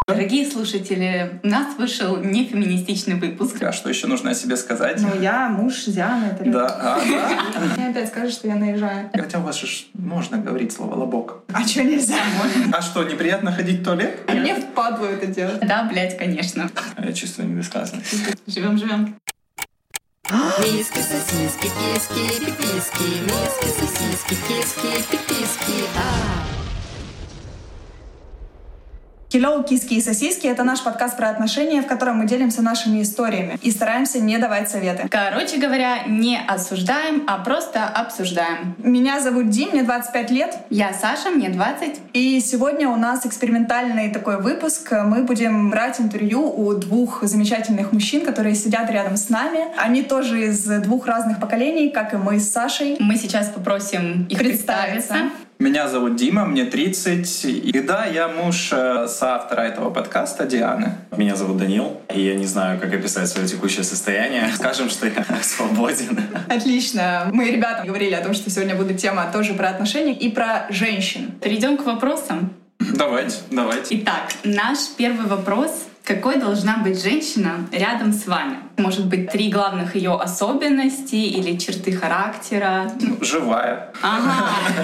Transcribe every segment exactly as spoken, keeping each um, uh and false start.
Дорогие слушатели, у нас вышел нефеминистичный выпуск. А что еще нужно о себе сказать? Ну, я муж Дианы. Это да, а, да. Мне опять скажешь, что я наезжаю. Хотя у вас же можно говорить слово «лобок». А что нельзя? А что, неприятно ходить в туалет? А мне впадло это делать. Да, блядь, конечно. Я чувствую недосказанность. Живем, живем. Миски, сосиски, киски, пиписки, миски, сосиски, киски, пиписки, а. Hello, киски и сосиски — это наш подкаст про отношения, в котором мы делимся нашими историями и стараемся не давать советы. Короче говоря, не осуждаем, а просто обсуждаем. Меня зовут Дим, мне двадцать пять лет. Я Саша, мне двадцать. И сегодня у нас экспериментальный такой выпуск. Мы будем брать интервью у двух замечательных мужчин, которые сидят рядом с нами. Они тоже из двух разных поколений, как и мы с Сашей. Мы сейчас попросим их представиться. Представиться. Меня зовут Дима, мне тридцать. И да, я муж э, соавтора этого подкаста Дианы. Меня зовут Данил, и я не знаю, как описать свое текущее состояние. Скажем, что я свободен. Отлично. Мы, ребята, говорили о том, что сегодня будет тема тоже про отношения и про женщин. Перейдем к вопросам. Давайте, давайте. Итак, наш первый вопрос. Какой должна быть женщина рядом с вами? Может быть, три главных ее особенности или черты характера? Ну, живая. Ага.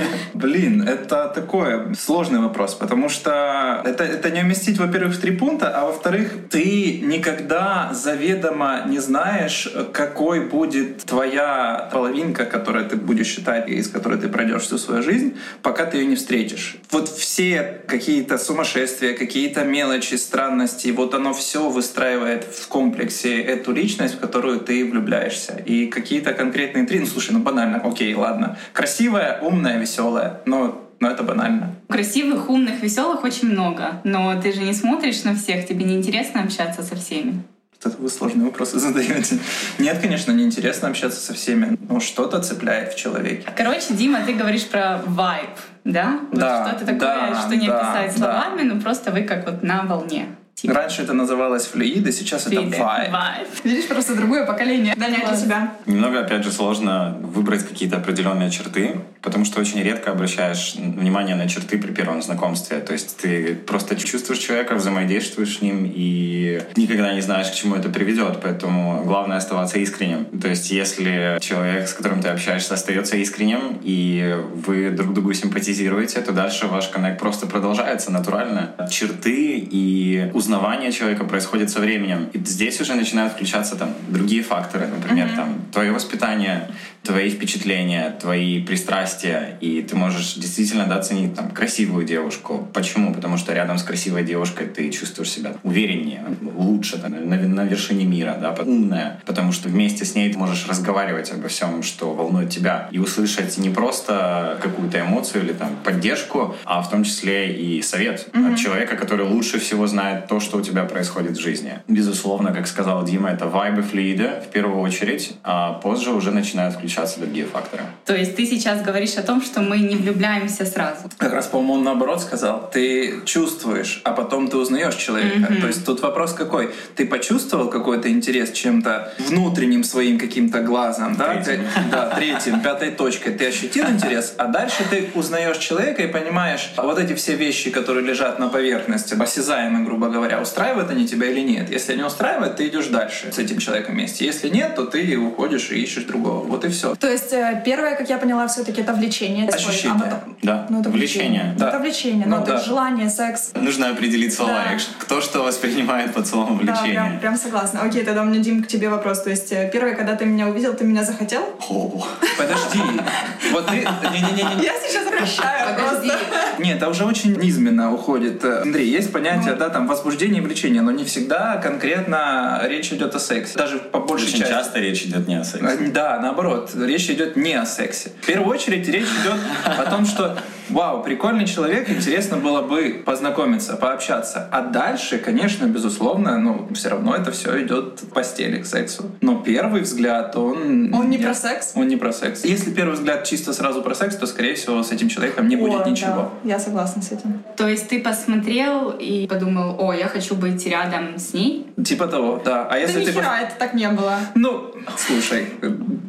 Блин, это такой сложный вопрос, потому что это, это не уместить, во-первых, в три пункта, а во-вторых, ты никогда заведомо не знаешь, какой будет твоя половинка, которую ты будешь считать, и с которой ты пройдешь всю свою жизнь, пока ты ее не встретишь. Вот все какие-то сумасшествия, какие-то мелочи, странности, вот оно все выстраивает в комплексе эту личность, в которую ты влюбляешься. И какие-то конкретные три, ну слушай, ну банально, окей, ладно. Красивая, умная, веселая, но, но это банально. Красивых, умных, веселых очень много, но ты же не смотришь на всех, тебе не интересно общаться со всеми. Это вы сложные вопросы задаете. Нет, конечно, неинтересно общаться со всеми, но что-то цепляет в человеке. Короче, Дима, ты говоришь про вайб, да? Вот да, что-то такое, да, что не да, описать словами, да. Но просто вы как вот на волне. Типа. Раньше это называлось флюиды, сейчас Флюиды. это вайб. Видишь, просто другое поколение. Даня, для тебя. Немного, опять же, сложно выбрать какие-то определенные черты, потому что очень редко обращаешь внимание на черты при первом знакомстве. То есть ты просто чувствуешь человека, взаимодействуешь с ним и никогда не знаешь, к чему это приведет. Поэтому главное оставаться искренним. То есть если человек, с которым ты общаешься, остается искренним, и вы друг другу симпатизируете, то дальше ваш коннект просто продолжается натурально. Черты и узнавание человека происходит со временем. И здесь уже начинают включаться там другие факторы, например, mm-hmm. там твое воспитание, твои впечатления, твои пристрастия, и ты можешь действительно да, оценить там красивую девушку. Почему? Потому что рядом с красивой девушкой ты чувствуешь себя увереннее, лучше, да, на, на вершине мира, да, умная, потому что вместе с ней ты можешь разговаривать обо всем, что волнует тебя, и услышать не просто какую-то эмоцию или там поддержку, а в том числе и совет mm-hmm. от человека, который лучше всего знает то, что у тебя происходит в жизни. Безусловно, как сказал Дима, это вайбы, флюиды в первую очередь, а позже уже начинают включаться другие факторы. То есть ты сейчас говоришь о том, что мы не влюбляемся сразу? Как раз, по-моему, он наоборот сказал. Ты чувствуешь, а потом ты узнаешь человека. Mm-hmm. То есть тут вопрос какой? Ты почувствовал какой-то интерес чем-то внутренним своим каким-то глазом, да? Третьим. Ты, да, третьим, пятой точкой. Ты ощутил интерес, а дальше ты узнаешь человека и понимаешь, вот эти все вещи, которые лежат на поверхности, осязаемые, грубо говоря, устраивают они тебя или нет. Если не устраивает, ты идешь дальше с этим человеком вместе. Если нет, то ты уходишь и ищешь другого. Вот и все. То есть первое, как я поняла, все-таки это влечение. Ощущение. А потом... Да, ну, это влечение. Да. Это влечение, ну, ну, да. это желание, секс. Нужно определить слова, да. кто что воспринимает под словом влечение. Да, прям, прям согласна. Окей, тогда у меня, Дим, к тебе вопрос. То есть первое, когда ты меня увидел, ты меня захотел? О. Подожди. Вот ты... Не-не-не. Я сейчас прощаю просто. Нет, это уже очень низменно уходит. Андрей, есть понятие, ну. да, там, возбуждение и влечение, но не всегда конкретно речь идет о сексе. Даже по большей Очень части. часто речь идет не о сексе. Да, наоборот, речь идет не о сексе. В первую очередь речь идет о том, что вау, прикольный человек, интересно было бы познакомиться, пообщаться. А дальше, конечно, безусловно, ну, все равно это все идет в постели, к сексу. Но первый взгляд, он... Он не нет, про секс? Он не про секс. Если первый взгляд чисто сразу про секс, то, скорее всего, с этим человеком не будет О, ничего. Да, я согласна с этим. То есть ты посмотрел и подумал, о, я хочу быть рядом с ней? Типа того, да. А если да ты... нихера, это так не было. Ну, слушай,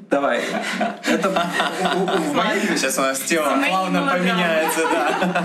Давай. Это в моей... Сейчас у нас тема плавно поменяется, да.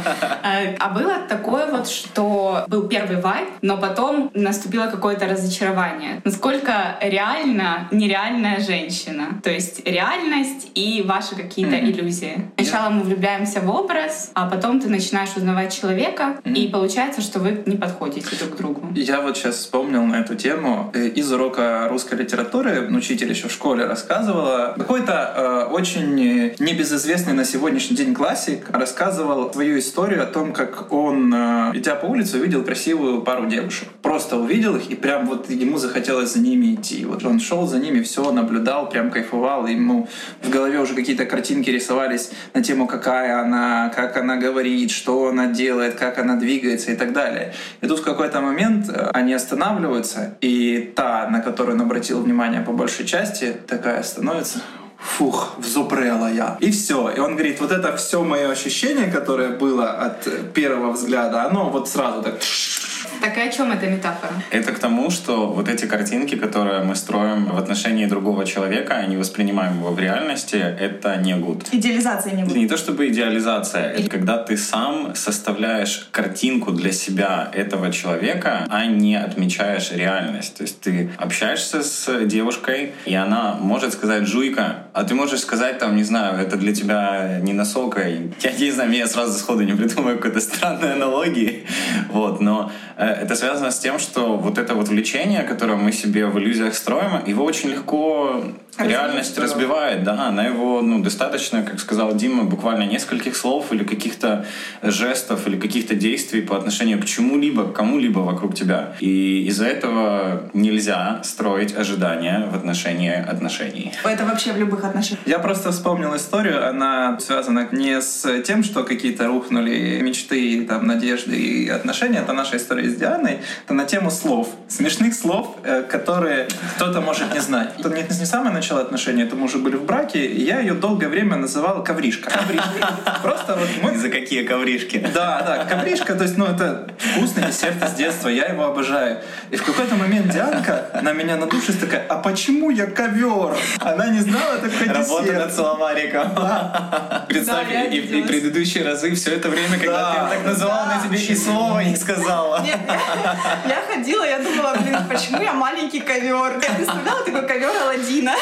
А было такое вот, что был первый вайб, но потом наступило какое-то разочарование. Насколько реально нереальная женщина? То есть реальность и ваши какие-то mm-hmm. иллюзии. Сначала мы влюбляемся в образ, а потом ты начинаешь узнавать человека, mm-hmm. и получается, что вы не подходите друг к другу. Я вот сейчас вспомнил на эту тему. Из урока русской литературы учитель еще в школе рассказывала. Какой-то э, очень небезызвестный на сегодняшний день классик рассказывал свою историю о том, как он, э, идя по улице, увидел красивую пару девушек. Просто увидел их, и прям вот ему захотелось за ними идти. Вот он шел за ними, все наблюдал, прям кайфовал. И ему в голове уже какие-то картинки рисовались на тему, какая она, как она говорит, что она делает, как она двигается и так далее. И тут в какой-то момент они останавливаются, и та, на которую он обратил внимание по большей части, такая становится... Фух, взупрела я. И все. И он говорит, вот это все мое ощущение, которое было от первого взгляда, оно вот сразу так... Так и о чем эта метафора? Это к тому, что вот эти картинки, которые мы строим в отношении другого человека, а не воспринимаем его в реальности, это не гуд. Идеализация не гуд. Не то чтобы идеализация, это когда ты сам составляешь картинку для себя этого человека, а не отмечаешь реальность. То есть ты общаешься с девушкой, и она может сказать «жуйка», а ты можешь сказать, там, не знаю, это для тебя не насолка. Я не знаю, я сразу сходу не придумаю какой-то странной аналогии. Вот, но это связано с тем, что вот это вот влечение, которое мы себе в иллюзиях строим, его очень легко реальность разбивает, да, она его, ну, достаточно, как сказал Дима, буквально нескольких слов или каких-то жестов или каких-то действий по отношению к чему-либо, к кому-либо вокруг тебя. И из-за этого нельзя строить ожидания в отношении отношений. Это вообще в любых отношениях. Я просто вспомнил историю, она связана не с тем, что какие-то рухнули мечты, там, надежды и отношения, это наша история с Дианой, это на тему слов, смешных слов, которые кто-то может не знать. Это не, не самое начало отношений, это мы уже были в браке, и я ее долгое время называл ковришка. Ковришка. Просто вот мы... За какие ковришки? Да, да, ковришка, то есть, ну, это вкусный десерт из детства, я его обожаю. И в какой-то момент Дианка на меня надувшись такая, а почему я ковер? Она не знала такой десерт. Работа над словариком. Да. Представь, да, и, и предыдущие разы все это время, когда да, ты ее так называла, да, она тебе и слова не сказала. Нет, я, я ходила, я думала, блин, почему я маленький ковер? Я представляла такой ковер Аладдина.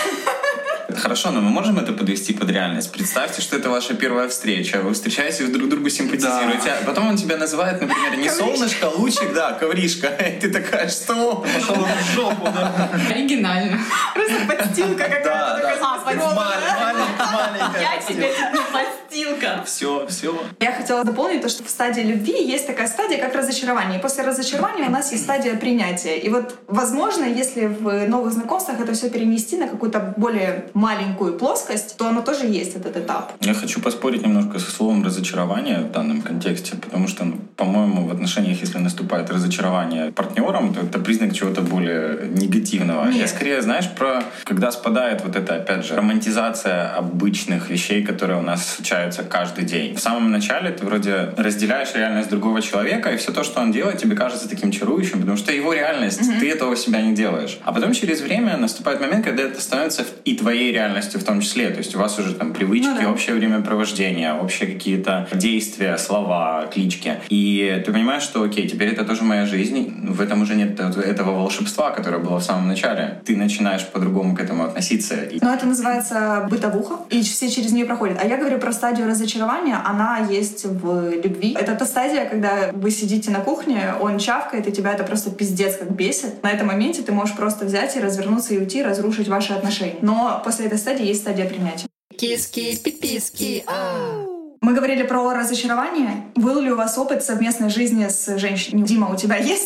Хорошо, но мы можем это подвести под реальность. Представьте, что это ваша первая встреча. Вы встречаетесь, вы друг другу симпатизируете. Да. А потом он тебя называет, например, не ковришка. Солнышко, а лучик, да, ковришка. И ты такая, что? Пошел в жопу, да. Оригинально. Просто подстилка какая-то. Да, такая да. Маленькая, маленькая. Я тебе тут не подстилка. Все, все. Я хотела дополнить то, что в стадии любви есть такая стадия, как разочарование. И после разочарования у нас есть стадия принятия. И вот, возможно, если в новых знакомствах это все перенести на какую-то более маленькую плоскость, то оно тоже есть, этот этап. Я хочу поспорить немножко со словом «разочарование» в данном контексте, потому что, ну, по-моему, в отношениях, если наступает разочарование партнером, то это признак чего-то более негативного. Нет. Я скорее, знаешь, про когда спадает вот эта, опять же, романтизация обычных вещей, которые у нас случаются каждый день. В самом начале ты вроде разделяешь реальность другого человека, и все то, что он делает, тебе кажется таким чарующим, потому что его реальность, mm-hmm. ты этого себя не делаешь. А потом через время наступает момент, когда это становится и твоей реальностью в том числе. То есть у вас уже там привычки, ну, да. общее времяпровождение, общие какие-то действия, слова, клички. И ты понимаешь, что окей, теперь это тоже моя жизнь. В этом уже нет этого волшебства, которое было в самом начале. Ты начинаешь по-другому к этому относиться. Но это называется бытовуха, и все через нее проходят. А я говорю про стадию разочарования, она есть в любви. Это та стадия, когда вы сидите на кухне, он чавкает, и тебя это просто пиздец как бесит. На этом моменте ты можешь просто взять и развернуться и уйти, разрушить ваши отношения. Но после этой стадии есть стадия принятия. Киски, пиписки, ау. Мы говорили про разочарование. Был ли у вас опыт совместной жизни с женщиной? Дима, у тебя есть?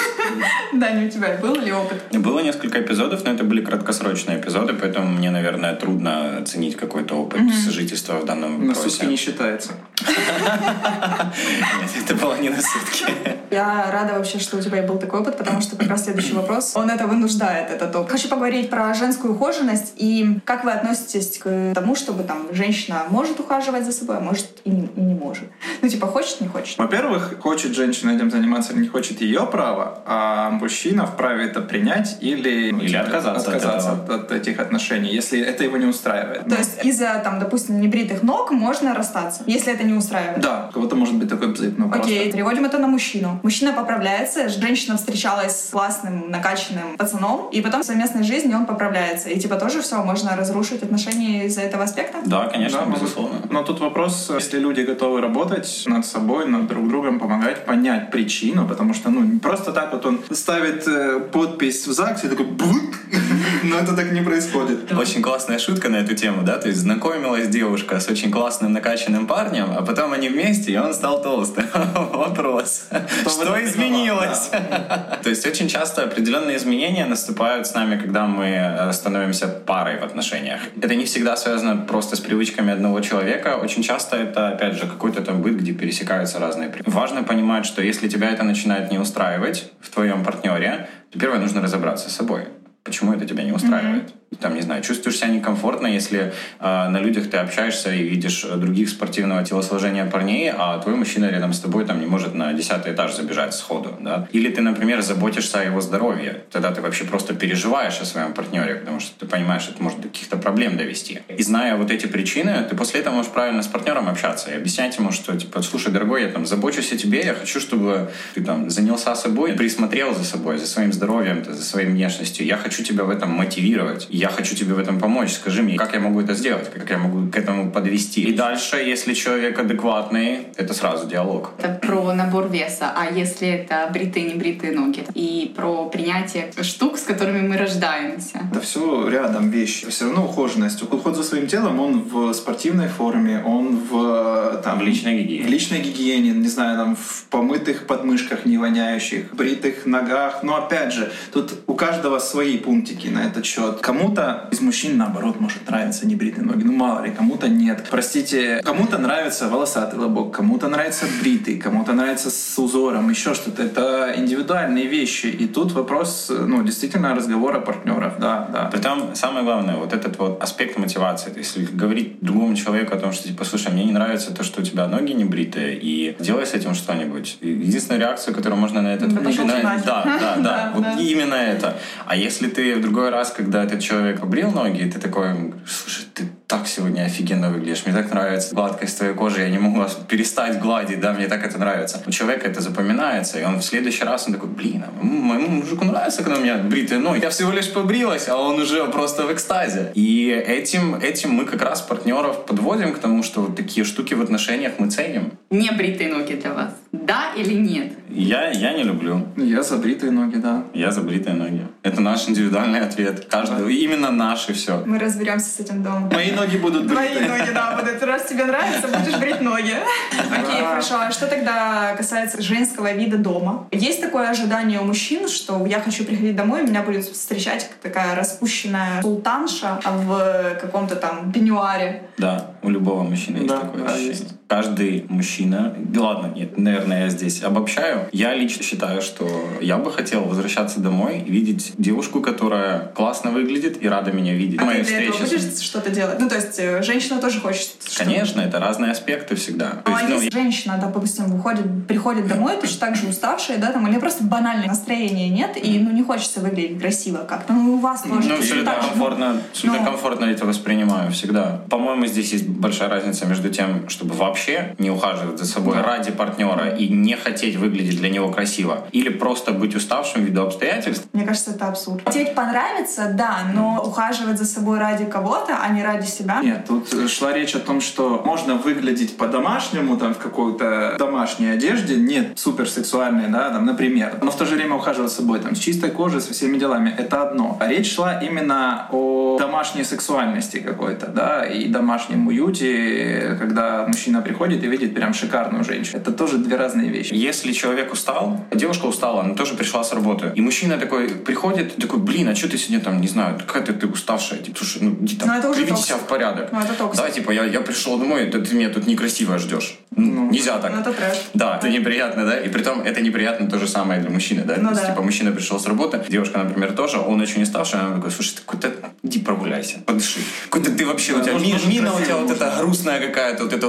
Да, не у тебя. Был ли опыт? Было несколько эпизодов, но это были краткосрочные эпизоды, поэтому мне, наверное, трудно оценить какой-то опыт сожительства в данном вопросе. На сутки не считается. Нет, это было не на сутки. Я рада вообще, что у тебя был такой опыт, потому что как раз следующий вопрос, он это вынуждает, этот опыт. Хочу поговорить про женскую ухоженность и как вы относитесь к тому, чтобы там женщина может ухаживать за собой, а может и не, и не может. Ну, типа, хочет, не хочет. Во-первых, хочет женщина этим заниматься или не хочет, ее право, а мужчина вправе это принять или, или типа, отказаться, отказаться от, от, от этих отношений, если это его не устраивает. То есть из-за, там, допустим, небритых ног можно расстаться, если это не устраивает? Да, у кого-то может быть такой бзык, ну Окей, просто. переводим это на мужчину. Мужчина поправляется, женщина встречалась с классным, накачанным пацаном, и потом в совместной жизни он поправляется. И типа тоже все, можно разрушить отношения из-за этого аспекта? Да, конечно, Да, безусловно. Но тут вопрос, если люди готовы работать над собой, над друг другом, помогать понять причину, потому что, ну, не просто так вот он ставит э, подпись в ЗАГСе и такой бут, но это так не происходит. Очень классная шутка на эту тему, да, то есть знакомилась девушка с очень классным накачанным парнем, а потом они вместе, и он стал толстым. Вопрос. Что изменилось? То есть очень часто определенные изменения наступают с нами, когда мы становимся парой в отношениях. Это не всегда связано просто с привычками одного человека. Очень часто это, опять же, какой-то там быт, где пересекаются разные привычки. Важно понимать, что если тебя это начинает не устраивать в твоем партнере, то первое, нужно разобраться с собой. Почему это тебя не устраивает? Mm-hmm. Там, не знаю, чувствуешь себя некомфортно, если э, на людях ты общаешься и видишь других спортивного телосложения парней, а твой мужчина рядом с тобой там не может на десятый этаж забежать сходу, да? Или ты, например, заботишься о его здоровье. Тогда ты вообще просто переживаешь о своем партнере, потому что ты понимаешь, что это может до каких-то проблем довести. И зная вот эти причины, ты после этого можешь правильно с партнером общаться и объяснять ему, что, типа, слушай, дорогой, я там забочусь о тебе, я хочу, чтобы ты там занялся собой, присмотрел за собой, за своим здоровьем, за своей внешностью. Я хочу тебя в этом мотивировать. Я хочу тебе в этом помочь. Скажи мне, как я могу это сделать, как я могу к этому подвести. И дальше, если человек адекватный, это сразу диалог. Это про набор веса. А если это бритые, небритые ноги? И про принятие штук, с которыми мы рождаемся. Это все рядом вещи. Все равно ухоженность. Уход за своим телом, он в спортивной форме, он в, там, в личной гигиене. В личной гигиене, не знаю, там, в помытых подмышках не воняющих, бритых ногах. Но опять же, тут у каждого свои пунктики на этот счет. Кому-то из мужчин, наоборот, может нравиться небритые ноги. Ну, мало ли, кому-то нет. Простите, кому-то нравится волосатый лобок, кому-то нравится бритый, кому-то нравится с узором, еще что-то. Это индивидуальные вещи. И тут вопрос, ну, действительно, разговора партнеров. Да, да. Притом, самое главное, вот этот вот аспект мотивации. То есть, если говорить другому человеку о том, что, типа, слушай, мне не нравится то, что у тебя ноги не бритые, и делай с этим что-нибудь. Единственная реакция, которую можно на этот... Да, на... да, да, да, да, вот да. именно это. А если ты в другой раз, когда этот человек побрил ноги, и ты такой, слушай, ты так сегодня офигенно выглядишь, мне так нравится гладкость твоей кожи, я не могу вас перестать гладить, да, мне так это нравится. У человека это запоминается, и он в следующий раз, он такой, блин, а моему мужику нравится, когда у меня бритые ноги. Я всего лишь побрилась, а он уже просто в экстазе. И этим, этим мы как раз партнеров подводим к тому, что вот такие штуки в отношениях мы ценим. Не бритые ноги для вас? Да или нет? Я, я не люблю. Я за бритые ноги, да. Я за бритые ноги. Это наш индивидуальный ответ. Каждый, именно наш и все. Мы разберемся с этим дома. Мои ноги будут бритые. Твои ноги, да, будут. Раз тебе нравится, будешь брить ноги. Окей, хорошо. А что тогда касается женского вида дома? Есть такое ожидание у мужчин, что я хочу приходить домой, и меня будет встречать такая распущенная султанша в каком-то там пеньюаре. Да, у любого мужчины есть Да, такое да, ощущение. есть. Каждый мужчина, да ладно, нет, наверное, я здесь обобщаю. Я лично считаю, что я бы хотел возвращаться домой и видеть девушку, которая классно выглядит и рада меня видеть. А Мои ты для этого встречи с- будешь что-то делать? Ну, то есть э, женщина тоже хочет что-то. Конечно, это разные аспекты всегда. То Ну, а есть, ну, если женщина, допустим, выходит, приходит домой, точно так же уставшая, да, там, или просто банальное настроение нет, и, ну, не хочется выглядеть красиво как-то. Ну, у вас тоже Ну, точно абсолютно так же. комфортно, абсолютно Ну. комфортно это воспринимаю всегда. По-моему, здесь есть большая разница между тем, чтобы вообще не ухаживать за собой ради партнера и не хотеть выглядеть для него красиво, или просто быть уставшим ввиду обстоятельств. Мне кажется, это абсурд. Хотеть понравится, да, но ухаживать за собой ради кого-то, а не ради себя. Нет, тут шла речь о том, что можно выглядеть по-домашнему, там, в какой-то домашней одежде, нет суперсексуальной, да, там, например, но в то же время ухаживать за собой, там, с чистой кожей, со всеми делами, это одно. А речь шла именно о домашней сексуальности какой-то, да, и домашнем уюте, когда мужчина приходит и видит прям шикарную женщину. Это тоже две разные вещи. Если человек устал, девушка устала, она тоже пришла с работы, и мужчина такой приходит, такой, блин, а что ты сегодня там, не знаю, какая-то ты уставшая, типа, слушай, ну иди там, Ну, это уже приведи токсик. себя в порядок. Ну, это токсик. Да, типа, я, я пришел домой, ты, ты меня тут некрасиво ждешь. Ну, нельзя так. Ну, это трэш. Да, это неприятно, да, и притом это неприятно то же самое для мужчины, да, Ну, то есть, да. типа, мужчина пришел с работы, девушка, например, тоже, он очень уставший, она такой, слушай, ты куда иди прогуляйся, подыши. Куда ты вообще, у тебя нужно ми- же мина у красиво тебя вот нужно. эта грустная какая-то, вот это вот перед глазами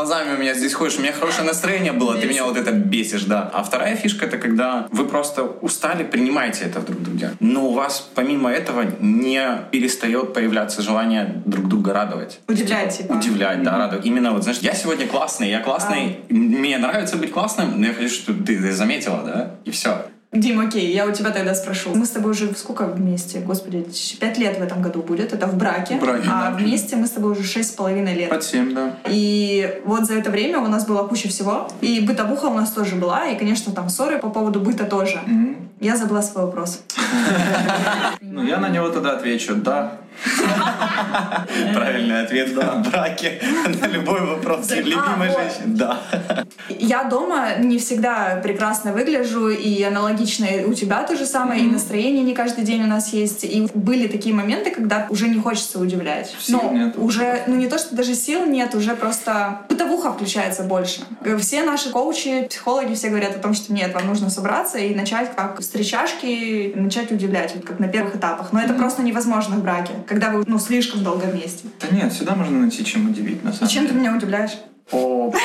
глазами у меня здесь ходишь, у меня хорошее настроение было, ты меня вот это бесишь, да. А вторая фишка — это когда вы просто устали, принимаете это в друг друге. Но у вас помимо этого не перестает появляться желание друг друга радовать. Удивлять, типа. Удивлять, да, радовать. Именно вот, знаешь, я сегодня классный, я классный, а. мне нравится быть классным, но я хочу, чтобы ты это заметила, да, и все. Дим, окей, я у тебя тогда спрошу. Мы с тобой уже сколько вместе? Господи, пять лет в этом году будет. Это в браке. В браке, а да. Вместе мы с тобой уже шесть с половиной лет. Под семь, да. И вот за это время у нас была куча всего. И бытовуха у нас тоже была. И, конечно, там ссоры по поводу быта тоже. Mm-hmm. Я забыла свой вопрос. Ну, я на него тогда отвечу. Да. Правильный ответ в браке на любой вопрос любимой женщины. Да. Я дома не всегда прекрасно выгляжу, и аналогично у тебя то же самое, и настроение не каждый день у нас есть. И были такие моменты, когда уже не хочется удивлять. Сил нет. Уже, ну не то, что даже сил нет, уже просто бытовуха включается больше. Все наши коучи, психологи все говорят о том, что нет, вам нужно собраться и начать как встречашки, начать удивлять, вот как на первых этапах. Но это просто невозможно в браке, когда вы, ну, слишком долго вместе. Да нет, всегда можно найти чем удивить, на самом деле. Чем ты меня удивляешь? Опа.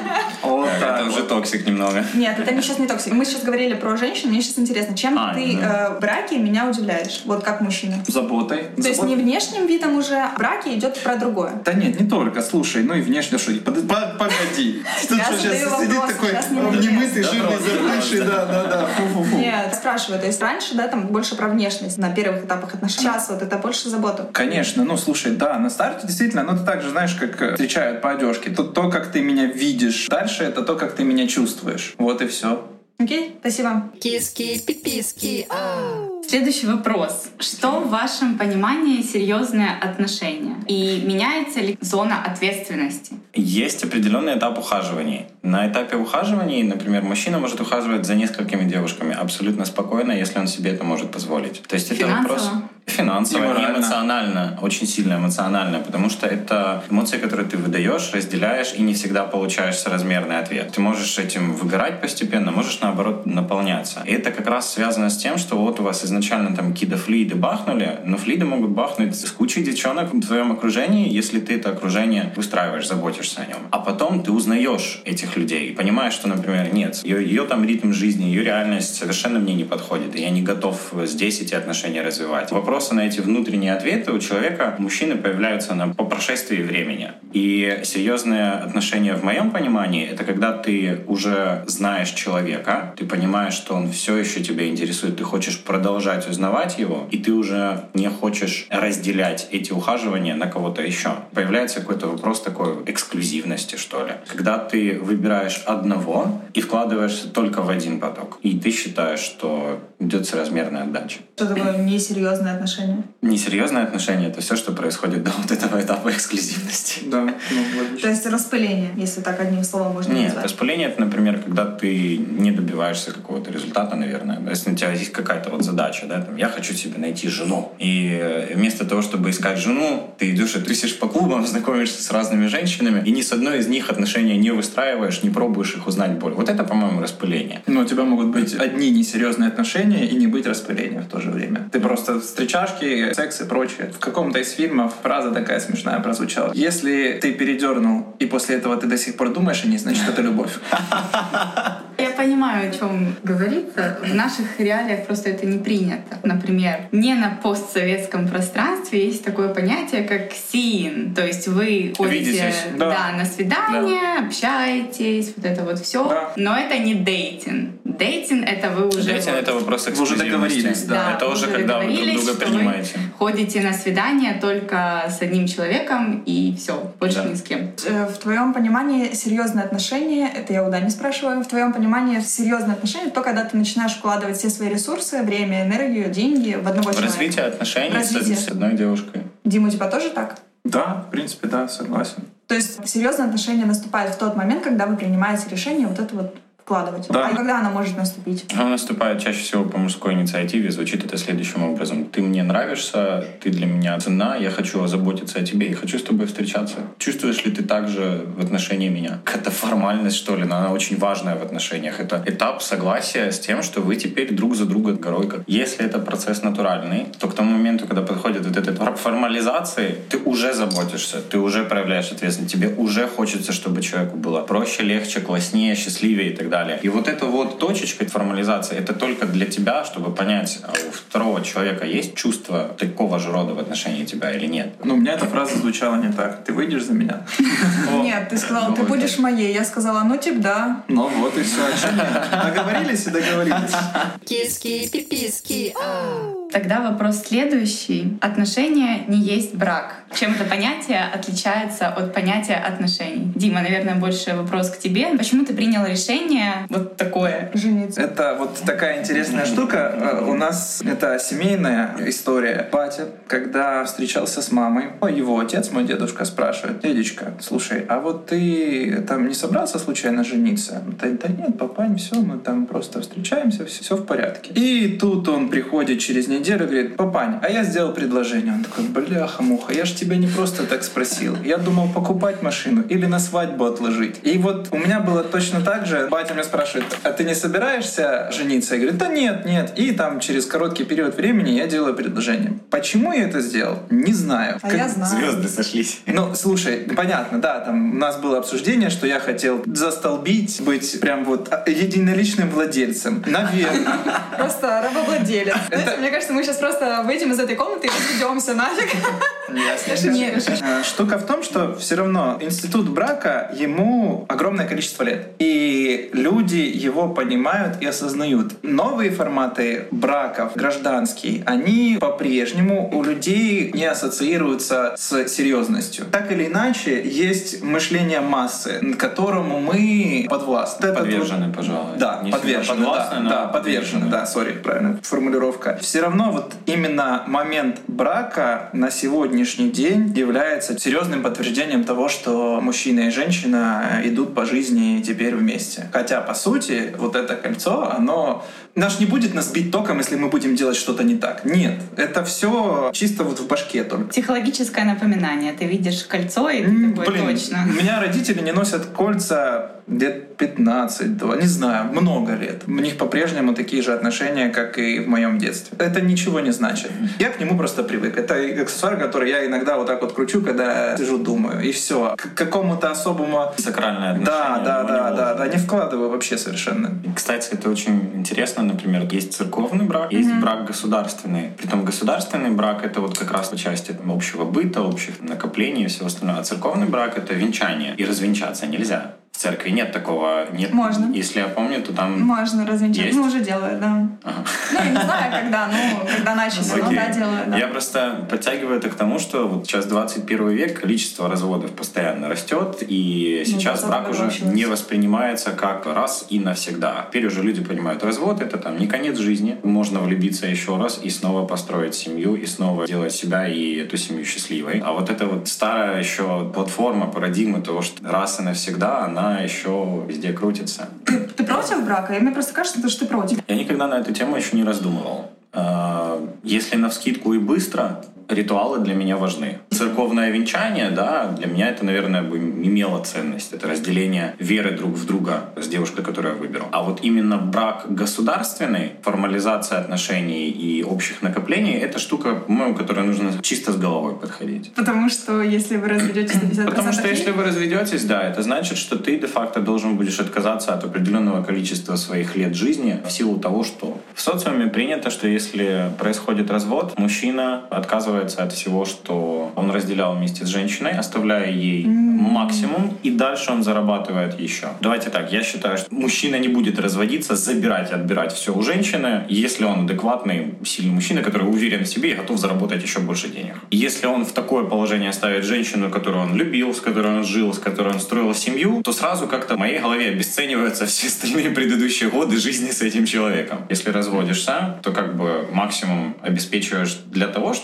Вот так, это уже токсик немного. Нет, это не сейчас не токсик. Мы сейчас говорили про женщин. Мне сейчас интересно, чем а, ты да. э, в браке меня удивляешь? Вот как мужчина. Заботой. То Забот... есть не внешним видом уже, а в браке идет про другое. Да нет, не только. Слушай, ну и внешне что? Погоди. Что сейчас сидит такой немытый, жирный, забывший, да, да, да. Нет, спрашиваю. То есть раньше, да, там больше про внешность на первых этапах отношений. Сейчас вот это больше забота. Конечно. Ну, слушай, да, на старте действительно, ну, ты так же, знаешь, как встречают по одежке. Тут то, как ты меня видишь. Дальше это то, как ты меня чувствуешь. Вот и все. Окей, спасибо. Киски, пиписки, ау. Следующий вопрос. Что в вашем понимании серьезные отношения? И меняется ли зона ответственности? Есть определенный этап ухаживаний. На этапе ухаживаний, например, мужчина может ухаживать за несколькими девушками абсолютно спокойно, если он себе это может позволить. То есть это вопрос финансово и эмоционально, очень сильно эмоционально, потому что это эмоции, которые ты выдаешь, разделяешь и не всегда получаешь соразмерный ответ. Ты можешь этим выгорать постепенно, можешь наоборот наполняться. И это как раз связано с тем, что вот у вас изначально там какие-то флиды бахнули, но флиды могут бахнуть с кучей девчонок в твоем окружении, если ты это окружение устраиваешь, заботишься о нем. А потом ты узнаешь этих людей и понимаешь, что, например, нет, ее, ее там ритм жизни, ее реальность совершенно мне не подходит, и я не готов здесь эти отношения развивать. Вопросы на эти внутренние ответы у человека, у мужчины, появляются на, по прошествии времени. И серьезные отношения в моем понимании — это когда ты уже знаешь человека, ты понимаешь, что он все еще тебя интересует, ты хочешь продолжать узнавать его, и ты уже не хочешь разделять эти ухаживания на кого-то еще. Появляется какой-то вопрос такой эксклюзивности, что ли. Когда ты выбираешь одного и вкладываешься только в один поток, и ты считаешь, что идет соразмерная отдача. Что такое несерьезные отношения? Несерьезные отношения — это все, что происходит до вот этого этапа эксклюзивности. Да, ну, то есть распыление, если так одним словом можно Нет, назвать. распыление — это, например, когда ты не добиваешься какого-то результата, наверное. Если у тебя есть какая-то вот задача, да, там, я хочу себе найти жену. И вместо того, чтобы искать жену, ты идешь и тусишь по клубам, знакомишься с разными женщинами, и ни с одной из них отношения не выстраиваешь, не пробуешь их узнать более. Вот это, по-моему, распыление. Но у тебя могут быть одни несерьезные отношения и не быть распыления в то же время. Ты просто встречашки, секс и прочее. В каком-то из фильмов фраза такая смешная прозвучала. Если ты передернул, и после этого ты до сих пор думаешь о ней, значит, это любовь. Я понимаю, о чем говорится. В наших реалиях просто это не принято. Например, не на постсоветском пространстве есть такое понятие, как син. То есть вы ходите да. Да, на свидание, да. общаетесь, вот это вот все. Да. Но это не дейтинг. Дейтинг — это вы уже... Дейтинг вот, — это вопрос эксклюзивности. Вы уже договорились. Да, да, это уже когда вы друг друга принимаете. Ходите на свидание только с одним человеком и все, больше да. ни с кем. В твоем понимании серьезные отношения, это я у Дани спрашиваю, в твоем понимании серьезные отношения — то, когда ты начинаешь вкладывать все свои ресурсы, время, энергию, деньги в одного в человека. Развитие отношений развитие. С, с одной девушкой. Дима, у тебя тоже так? Да, в принципе, да, согласен. То есть серьезные отношения наступают в тот момент, когда вы принимаете решение вот это вот вкладывать. Да. А когда она может наступить? Она наступает чаще всего по мужской инициативе. Звучит это следующим образом. Ты мне нравишься, ты для меня ценна, я хочу заботиться о тебе и хочу с тобой встречаться. Чувствуешь ли ты также в отношении меня? Какая-то формальность, что ли, но она очень важная в отношениях. Это этап согласия с тем, что вы теперь друг за друга горой. Как. Если это процесс натуральный, то к тому моменту, когда подходит вот эта формализация, ты уже заботишься, ты уже проявляешь ответственность, тебе уже хочется, чтобы человеку было проще, легче, класснее, счастливее и так далее. И вот эта вот точечка формализации, это только для тебя, чтобы понять, а у второго человека есть чувство такого же рода в отношении тебя или нет. Ну, у меня эта фраза звучала не так. Ты выйдешь за меня? Нет, ты сказала, ты будешь моей. Я сказала, ну типа да. Ну вот и все. Договорились и договорились. Киски, пиписки, ау. Тогда вопрос следующий. Отношения не есть брак. Чем это понятие отличается от понятия отношений? Дима, наверное, больше вопрос к тебе. Почему ты принял решение вот такое? Жениться. Это вот такая интересная штука. У нас это семейная история. Батя, когда встречался с мамой, его отец, мой дедушка, спрашивает: дедечка, слушай, а вот ты там не собрался случайно жениться? Да, да нет, папань, все, мы там просто встречаемся, все, все в порядке. И тут он приходит через неделю и говорит: папань, а я сделал предложение. Он такой: бляха-муха, я ж тебя не просто так спросил. Я думал покупать машину или на свадьбу отложить. И вот у меня было точно так же. Батя меня спрашивает: а ты не собираешься жениться? Я говорю: да нет, нет. И там через короткий период времени я делаю предложение. Почему я это сделал? Не знаю. А Как... я знаю. Звезды сошлись. Ну, слушай, понятно, да, там у нас было обсуждение, что я хотел застолбить, быть прям вот единоличным владельцем. Наверное. Просто рабовладелец. Это- Знаете, мне кажется, мы сейчас просто выйдем из этой комнаты и разведемся нафиг. Ясно. Нет. Э, Штука в том, что все равно институт брака, ему огромное количество лет. И люди его понимают и осознают. Новые форматы браков, гражданские, они по-прежнему у людей не ассоциируются с серьезностью. Так или иначе, есть мышление массы, которому мы подвластны. Это Подвержены, вот- пожалуй. Да, Не подвержены, сильно да, подвластны, но да, подвержены, да, сори, правильная формулировка. Все равно вот именно момент брака на сегодняшний день является серьезным подтверждением того, что мужчина и женщина идут по жизни теперь вместе. Хотя, по сути, вот это кольцо, оно... Наш не будет нас бить током, если мы будем делать что-то не так. Нет, это все чисто вот в башке только. Психологическое напоминание. Ты видишь кольцо, и ты М, такой: Блин, точно. у меня родители не носят кольца лет пятнадцать, два, не знаю, много лет. У них по-прежнему такие же отношения, как и в моем детстве. Это ничего не значит. Я к нему просто привык. Это аксессуар, который я иногда вот так вот кручу, когда сижу, думаю, и все. К какому-то особому... Сакральное отношение. Да, да, у него да, не да, было. да, не вкладываю вообще совершенно. Кстати, это очень интересно. Например, есть церковный брак, есть Мгм. брак государственный. Притом государственный брак — это вот как раз по части общего быта, общих накоплений и всего остального. А церковный брак — это венчание. И развенчаться нельзя. В церкви нет такого. Нет. Можно. Если я помню, то там... Можно развенчать. Есть. Ну, уже делают, да. Ага. Ну, я не знаю, когда, ну, когда начали, но Окей. да, делают, да. Я просто подтягиваю это к тому, что вот сейчас двадцать первый век, количество разводов постоянно растет, и Ну, сейчас да, брак уже закончилось. не воспринимается как раз и навсегда. Теперь уже люди понимают, развод — это там не конец жизни, можно влюбиться еще раз и снова построить семью, и снова делать себя и эту семью счастливой. А вот эта вот старая еще платформа, парадигма того, что раз и навсегда, она еще везде крутится. Ты, ты против брака? И мне просто кажется, что ты против. Я никогда на эту тему еще не раздумывал. А, Если навскидку и быстро, ритуалы для меня важны. Церковное венчание, да, для меня это, наверное, бы имело ценность. Это разделение веры друг в друга с девушкой, которую я выберу. А вот именно брак государственный, формализация отношений и общих накоплений — это штука, по-моему, которой нужно чисто с головой подходить. Потому что если вы разведетесь на пятьдесят процентов Потому что если нет, вы разведетесь, да, это значит, что ты де-факто должен будешь отказаться от определенного количества своих лет жизни в силу того, что в социуме принято, что если происходит развод, мужчина отказывается от всего, что он разделял вместе с женщиной, оставляя ей максимум, и дальше он зарабатывает еще. Давайте так, я считаю, что мужчина не будет разводиться, забирать и отбирать все у женщины, если он адекватный, сильный мужчина, который уверен в себе и готов заработать еще больше денег. Если он в такое положение ставит женщину, которую он любил, с которой он жил, с которой он строил семью, то сразу как-то в моей голове обесцениваются все остальные предыдущие годы жизни с этим человеком. Если разводишься, то как бы максимум обеспечиваешь для того, чтобы женщина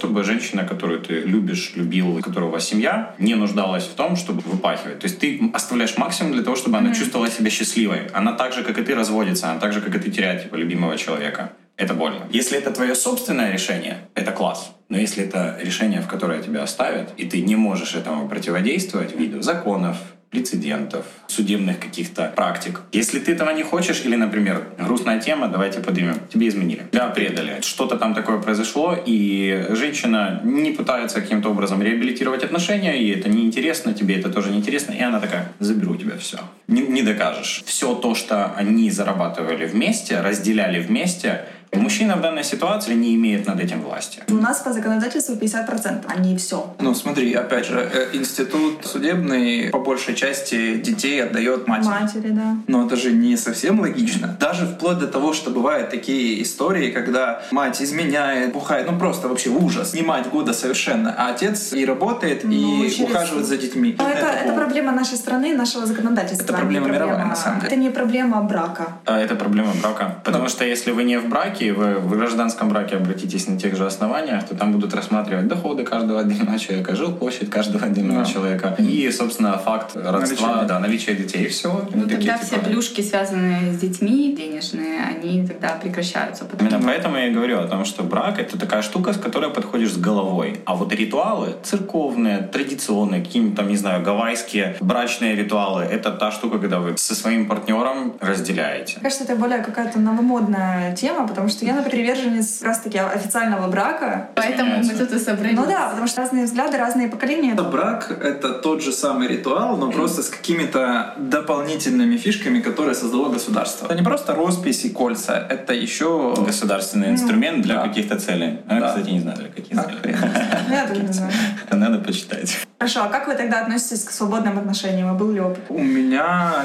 женщина, которую ты любишь, любил, и которая у вас семья, не нуждалась в том, чтобы выпахивать. То есть ты оставляешь максимум для того, чтобы она mm-hmm. чувствовала себя счастливой. Она так же, как и ты, разводится, она так же, как и ты, теряет типа, любимого человека. Это больно. Если это твое собственное решение, это класс. Но если это решение, в которое тебя оставят, и ты не можешь этому противодействовать ввиду законов, прецедентов, судебных каких-то практик. Если ты этого не хочешь, или, например, грустная тема, давайте поднимем, тебе изменили, тебя предали, что-то там такое произошло, и женщина не пытается каким-то образом реабилитировать отношения, и это неинтересно, тебе это тоже неинтересно, и она такая, заберу у тебя все. Не, не докажешь. Все то, что они зарабатывали вместе, разделяли вместе, мужчина в данной ситуации не имеет над этим власти. У нас по законодательству пятьдесят процентов, а не все. Ну смотри, опять же, институт судебный по большей части детей отдает матери. Матери, да. Но это же не совсем логично. Даже вплоть до того, что бывают такие истории, когда мать изменяет, бухает, ну просто вообще ужас. Не мать года совершенно, а отец и работает, ну, и через... ухаживает за детьми. Но это, это, это проблема нашей страны, нашего законодательства. Это проблема, проблема мировая, на самом деле. Это не проблема брака. А, это проблема брака. Потому Но... что если вы не в браке, вы в гражданском браке обратитесь на тех же основаниях, то там будут рассматривать доходы каждого отдельного человека, жилплощадь каждого отдельного да. человека и, собственно, факт родства, наличие, да, наличие детей и все. Ну, тогда такие, все типа... плюшки, связанные с детьми, денежные, они тогда прекращаются. Потому... Именно поэтому я и говорю о том, что брак — это такая штука, с которой подходишь с головой. А вот ритуалы церковные, традиционные, какие-нибудь там, не знаю, гавайские брачные ритуалы — это та штука, когда вы со своим партнером разделяете. Мне кажется, это более какая-то новомодная тема, потому что я, например, приверженец как раз-таки официального брака. Поэтому мы тут и собрались. Ну да, потому что разные взгляды, разные поколения. Брак — это тот же самый ритуал, но просто с какими-то дополнительными фишками, которые создало государство. Это не просто роспись и кольца, это еще... Государственный инструмент для да. каких-то целей. Я, да. кстати, не знаю, для каких а, целей. Я тоже не знаю. Надо почитать. Хорошо, а как вы тогда относитесь к свободным отношениям? А был ли опыт? У меня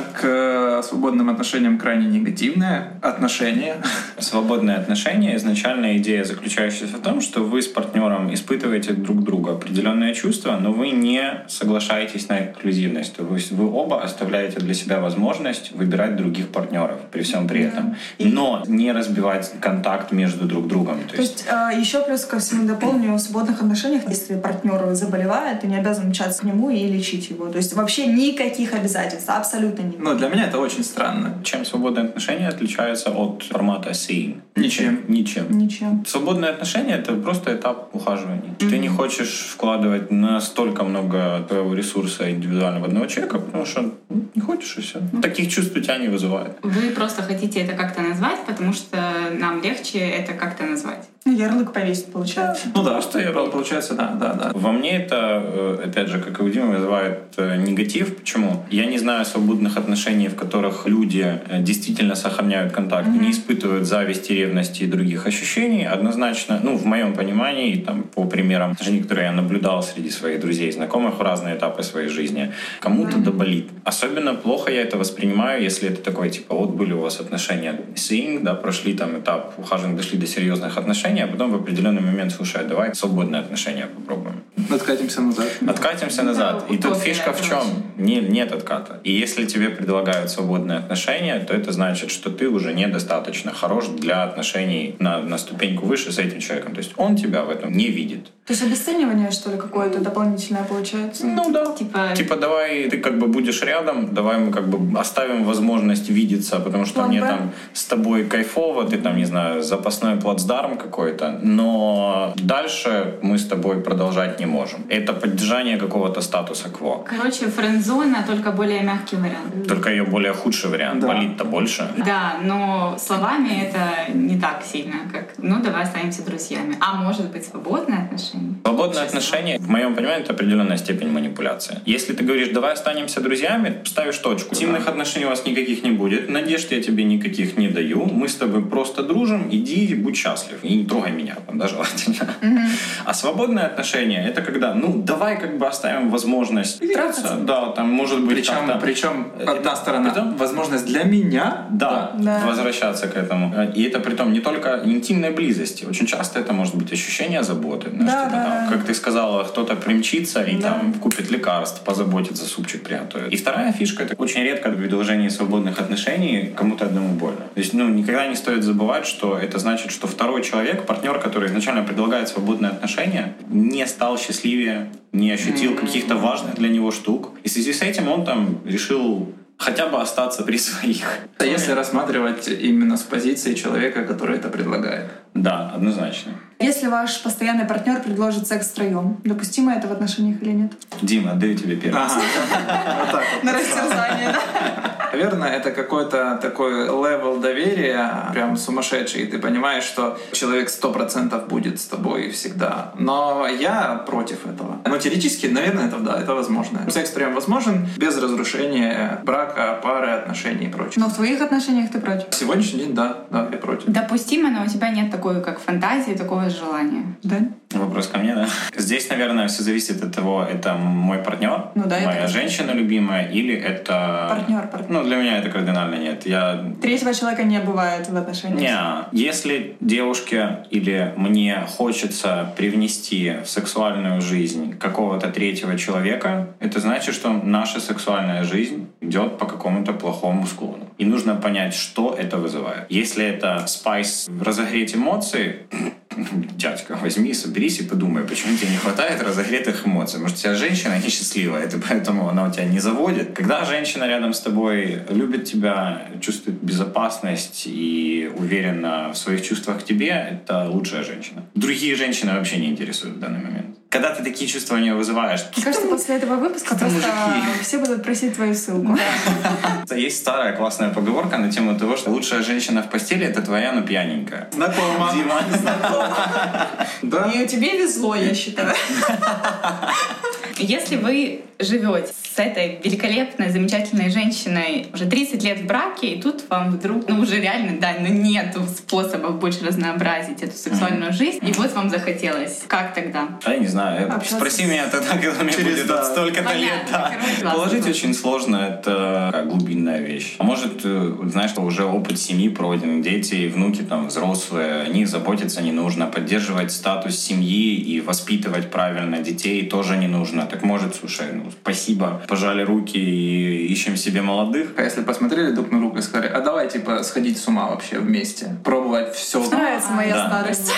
к свободным отношениям крайне негативное отношение. Свободные отношения, изначальная идея, заключающаяся в том, что вы с партнером испытываете друг друга определенные чувства, но вы не соглашаетесь на эксклюзивность. То есть вы оба оставляете для себя возможность выбирать других партнеров при всем при этом. Но не разбивать контакт между друг другом. То, То есть, есть еще плюс ко всему дополню, в свободных отношениях, если партнер заболевает, ты не обязан мчаться к нему и лечить его. То есть вообще никаких обязательств, абсолютно никаких. Ну, для меня это очень странно. Чем свободные отношения отличаются от формата seeing? Ничем. Ничем. Ничем. Свободные отношения — это просто этап ухаживания. Mm-hmm. Ты не хочешь вкладывать настолько много твоего ресурса индивидуально в одного человека, потому что не хочешь, и все. Mm-hmm. Таких чувств у тебя не вызывает. Вы просто хотите это как-то назвать, потому что нам легче это как-то назвать. Ярлык повесить, получается. Ну да, что ярлык получается, да, да, да. Во мне это, опять же, как и у Димы, вызывает негатив. Почему? Я не знаю свободных отношений, в которых люди действительно сохраняют контакт, mm-hmm. не испытывают зависти, ревности и других ощущений. Однозначно, ну, в моем понимании, там, по примерам отношений, которые я наблюдал среди своих друзей и знакомых в разные этапы своей жизни, кому-то mm-hmm. доболит. Особенно плохо я это воспринимаю, если это такое, типа, вот были у вас отношения seeing, да, прошли там этап ухаживания, дошли до серьезных отношений, а потом в определенный момент, слушай, давай свободные отношения попробуем. Откатимся назад. Откатимся назад. Да, и тут фишка в чем? Не, нет отката. И если тебе предлагают свободные отношения, то это значит, что ты уже недостаточно хорош для отношений на, на ступеньку выше с этим человеком. То есть он тебя в этом не видит. То есть обесценивание, что ли, какое-то дополнительное получается? Ну да. Типа... типа давай ты как бы будешь рядом, давай мы как бы оставим возможность видеться, потому что мне там с тобой кайфово, ты там, не знаю, запасной плацдарм какой-то, но дальше мы с тобой продолжать не можем. Это поддержание какого-то статуса кво. Короче, френд-зона, только более мягкий вариант. Только ее более худший вариант. Да. Болит-то больше. Да, но словами это не так сильно, как ну давай останемся друзьями. А может быть свободные отношения? Свободные отношения, в моем понимании, это определенная степень манипуляции. Если ты говоришь, давай останемся друзьями, ставишь точку. Интимных отношений у вас никаких не будет, надежд я тебе никаких не даю, мы с тобой просто дружим, иди, будь счастлив. И не трогай меня, там, да, желательно. Mm-hmm. А свободные отношения, это когда, ну, давай как бы оставим возможность трахаться. Да, там, там может быть Причем, как-то... причем одна сторона, Притом- возможность для меня, Да, Да. возвращаться к этому. И это притом не только интимной близости. Очень часто это может быть ощущение заботы. Знаешь, Да, типа, да, там, да. как ты сказала, кто-то примчится и Да. там купит лекарств, позаботится, супчик приготовит. И вторая фишка — это очень редко в предложении свободных отношений кому-то одному больно. То есть, ну, никогда не стоит забывать, что это значит, что второй человек, партнер, который изначально предлагает свободные отношения, не стал счастливее, не ощутил каких-то важных для него штук. И в связи с этим он там решил хотя бы остаться при своих. Это если рассматривать именно с позиции человека, который это предлагает. Да, однозначно. Если ваш постоянный партнер предложит секс втроем, допустимо это в отношениях или нет? Дима, отдаю тебе первый. Ага, вот так вот. На растерзание, да? Наверное, это какой-то такой левел доверия, прям сумасшедший. И ты понимаешь, что человек сто процентов будет с тобой всегда. Но я против этого. Но теоретически, наверное, это да, это возможно. Секс прям возможен без разрушения брака, пары, отношений и прочего. Но в твоих отношениях ты против? В сегодняшний день, да, да, я против. Допустимо, но у тебя нет такой, как фантазии, такого желания. Да? Вопрос ко мне, да? Здесь, наверное, все зависит от того, это мой партнер, Ну да, моя это- женщина любимая, или это... Партнер, партнер. Ну, для меня это кардинально нет. Я... Третьего человека не бывает в отношениях. Не, если девушке или мне хочется привнести в сексуальную жизнь какого-то третьего человека, это значит, что наша сексуальная жизнь идет по какому-то плохому склону. И нужно понять, что это вызывает. Если это спайс, разогреть эмоции, дядька, возьми, соберись и подумай, почему тебе не хватает разогретых эмоций. Может, у тебя женщина несчастливая, и поэтому она у тебя не заводит. Когда женщина рядом с тобой любит тебя, чувствует безопасность и уверена в своих чувствах к тебе, это лучшая женщина. Другие женщины вообще не интересуют в данный момент. Когда ты такие чувства у нее вызываешь, Мне кажется, после этого выпуска Какие-то просто мужики. все будут просить твою ссылку. есть старая классная поговорка на тему того, что лучшая женщина в постели — это твоя, но пьяненькая. Знакомо. Дима, Да. И тебе везло, я считаю. Если вы живете с этой великолепной, замечательной женщиной уже тридцать лет в браке, и тут вам вдруг, ну уже реально, да, ну нету способов больше разнообразить эту сексуальную жизнь, и вот вам захотелось. Как тогда? А я не знаю. Общаться Спроси с- меня тогда, когда мне Через, будет да. вот столько-то лет. Понятно, Да. короче, ладно. Положить очень сложно, это такая глубинная вещь. А может, э, знаешь, что уже опыт семьи пройден, дети и внуки там взрослые, о них заботиться не нужно, поддерживать статус семьи и воспитывать правильно детей тоже не нужно. Так может, слушай, ну спасибо, пожали руки и ищем себе молодых. А если посмотрели друг на друга и сказали, а давай, типа, сходить с ума вообще вместе, пробовать все. Нравится моя Да. старость.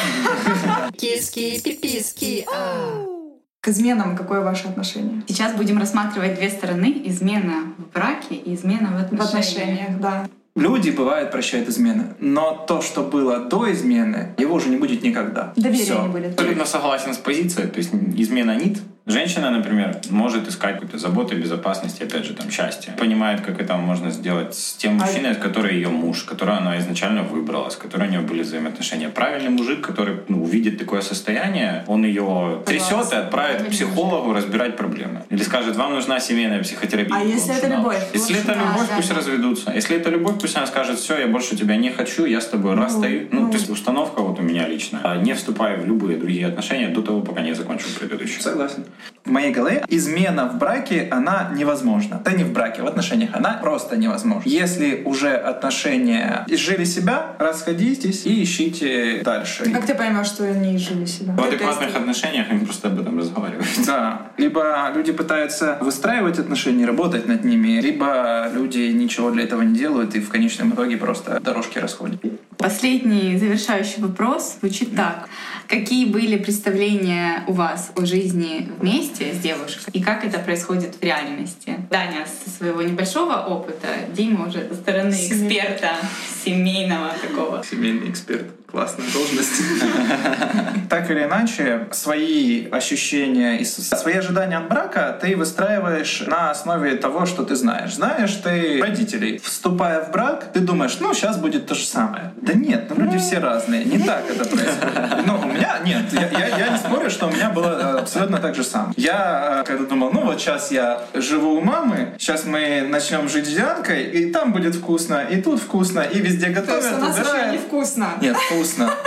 Киски, пиписки, ау. К изменам какое ваше отношение? Сейчас будем рассматривать две стороны: измена в браке и измена в В отношениях. отношениях, да. Люди, бывает, прощают измены, но то, что было до измены, его уже не будет никогда. Доверия Всё. не будет. Абсолютно согласен с позицией. То есть измена нет. Женщина, например, может искать какую-то заботу, безопасность, опять же, там, счастье. Понимает, как это можно сделать с тем А- мужчиной, который ее муж, которого она изначально выбрала, с которой у нее были взаимоотношения. Правильный мужик, который ну, увидит такое состояние, он ее трясет и отправит к психологу разбирать проблемы. Или скажет, вам нужна семейная психотерапия. А если это Лучше любовь? надо. Если Лучше это да, любовь, да, пусть да. разведутся. Если это любовь, пусть она скажет, все, я больше тебя не хочу, я с тобой расстаю. Ну, ну. то есть установка вот у меня лично. А не вступая в любые другие отношения до того, пока не закончу предыдущие. Согласен. В моей голове измена в браке, она невозможна. Да не в браке, в отношениях. Она просто невозможна. Если уже отношения изжили себя, расходитесь и ищите дальше. Как ты поймешь, что они изжили себя? В То адекватных есть- отношениях они просто об этом разговаривают. Да. Либо люди пытаются выстраивать отношения, работать над ними, либо люди ничего для этого не делают и в конечном итоге просто дорожки расходят. Последний завершающий вопрос звучит так. Какие были представления у вас о жизни вместе с девушкой и как это происходит в реальности? Даня со своего небольшого опыта, Дима уже со стороны Семейного. эксперта, семейного такого. Семейный эксперт. Классная должность. Так или иначе, свои ощущения и с- свои ожидания от брака ты выстраиваешь на основе того, что ты знаешь. Знаешь ты родителей. Вступая в брак, ты думаешь, ну, сейчас будет то же самое. Да нет, ну, люди все разные. Не так это происходит. Ну, у меня нет. Я, я- я не спорю, что у меня было э, абсолютно так же самое. Я э, когда думал, ну, вот сейчас я живу у мамы, сейчас мы начнем жить с Дианкой, и там будет вкусно, и тут вкусно, и везде То есть готовят, у нас убирают. еще невкусно. Нет, вкусно.